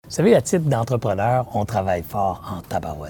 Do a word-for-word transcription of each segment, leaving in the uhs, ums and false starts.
Vous savez, à titre d'entrepreneur, on travaille fort en tabarouette.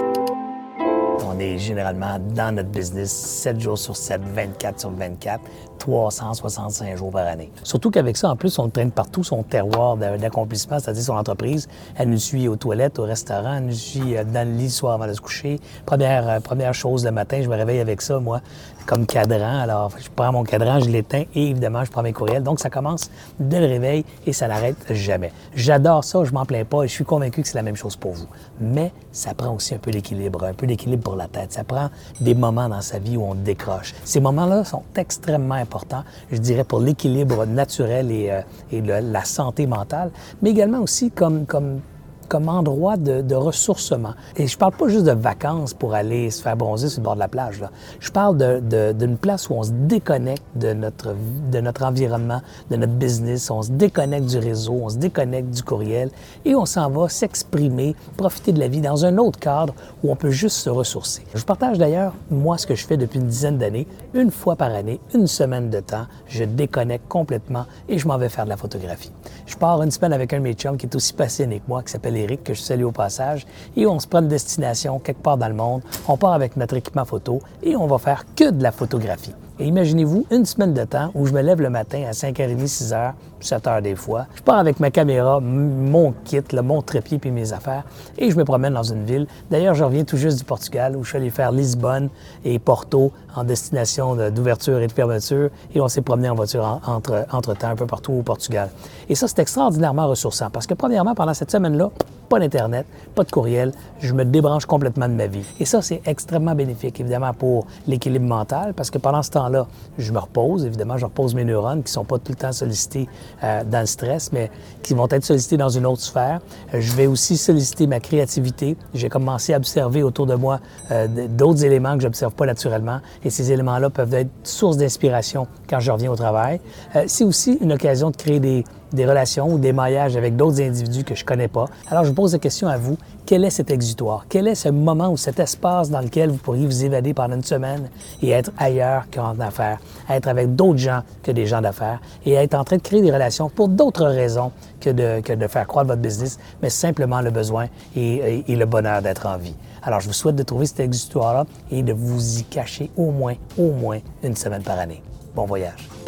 On est généralement dans notre business sept jours sur sept, vingt-quatre sur vingt-quatre, trois cent soixante-cinq jours par année. Surtout qu'avec ça, en plus, on traîne partout son terroir d'accomplissement, c'est-à-dire son entreprise. Elle nous suit aux toilettes, au restaurant, elle nous suit dans le lit le soir avant de se coucher. Première, première chose le matin, je me réveille avec ça, moi, comme cadran. Alors, je prends mon cadran, je l'éteins et évidemment, je prends mes courriels. Donc, ça commence dès le réveil et ça n'arrête jamais. J'adore ça, je m'en plains pas et je suis convaincu que c'est la même chose pour vous. Mais ça prend aussi un peu d'équilibre, un peu d'équilibre pour la tête. Ça prend des moments dans sa vie où on décroche. Ces moments-là sont extrêmement importants, je dirais, pour l'équilibre naturel et, euh, et le, la santé mentale, mais également aussi comme, comme comme endroit de, de ressourcement. Et je parle pas juste de vacances pour aller se faire bronzer sur le bord de la plage, là. Je parle de, de, d'une place où on se déconnecte de notre, de notre environnement, de notre business, on se déconnecte du réseau, on se déconnecte du courriel et on s'en va s'exprimer, profiter de la vie dans un autre cadre où on peut juste se ressourcer. Je vous partage d'ailleurs, moi, ce que je fais depuis une dizaine d'années. Une fois par année, une semaine de temps, je déconnecte complètement et je m'en vais faire de la photographie. Je pars une semaine avec un de mes chums qui est aussi passionné que moi, qui s'appelle Éric, que je salue au passage, et on se prend une destination quelque part dans le monde, on part avec notre équipement photo et on va faire que de la photographie. Et imaginez-vous une semaine de temps où je me lève le matin à cinq heures trente, six heures, sept heures des fois. Je pars avec ma caméra, mon kit, là, mon trépied puis mes affaires et je me promène dans une ville. D'ailleurs, je reviens tout juste du Portugal où je suis allé faire Lisbonne et Porto en destination d'ouverture et de fermeture et on s'est promené en voiture en, entre, entre-temps un peu partout au Portugal. Et ça, c'est extraordinairement ressourçant parce que premièrement, pendant cette semaine-là, pas d'Internet, pas de courriel, je me débranche complètement de ma vie. Et ça, c'est extrêmement bénéfique, évidemment, pour l'équilibre mental, parce que pendant ce temps-là, je me repose, évidemment, je repose mes neurones qui ne sont pas tout le temps sollicités euh, dans le stress, mais qui vont être sollicités dans une autre sphère. Euh, je vais aussi solliciter ma créativité. J'ai commencé à observer autour de moi euh, d'autres éléments que je n'observe pas naturellement, et ces éléments-là peuvent être source d'inspiration quand je reviens au travail. Euh, c'est aussi une occasion de créer des des relations ou des maillages avec d'autres individus que je ne connais pas. Alors, je vous pose la question à vous. Quel est cet exutoire? Quel est ce moment ou cet espace dans lequel vous pourriez vous évader pendant une semaine et être ailleurs qu'en affaires, être avec d'autres gens que des gens d'affaires et être en train de créer des relations pour d'autres raisons que de, que de faire croître votre business, mais simplement le besoin et, et, et le bonheur d'être en vie. Alors, je vous souhaite de trouver cet exutoire-là et de vous y cacher au moins, au moins une semaine par année. Bon voyage!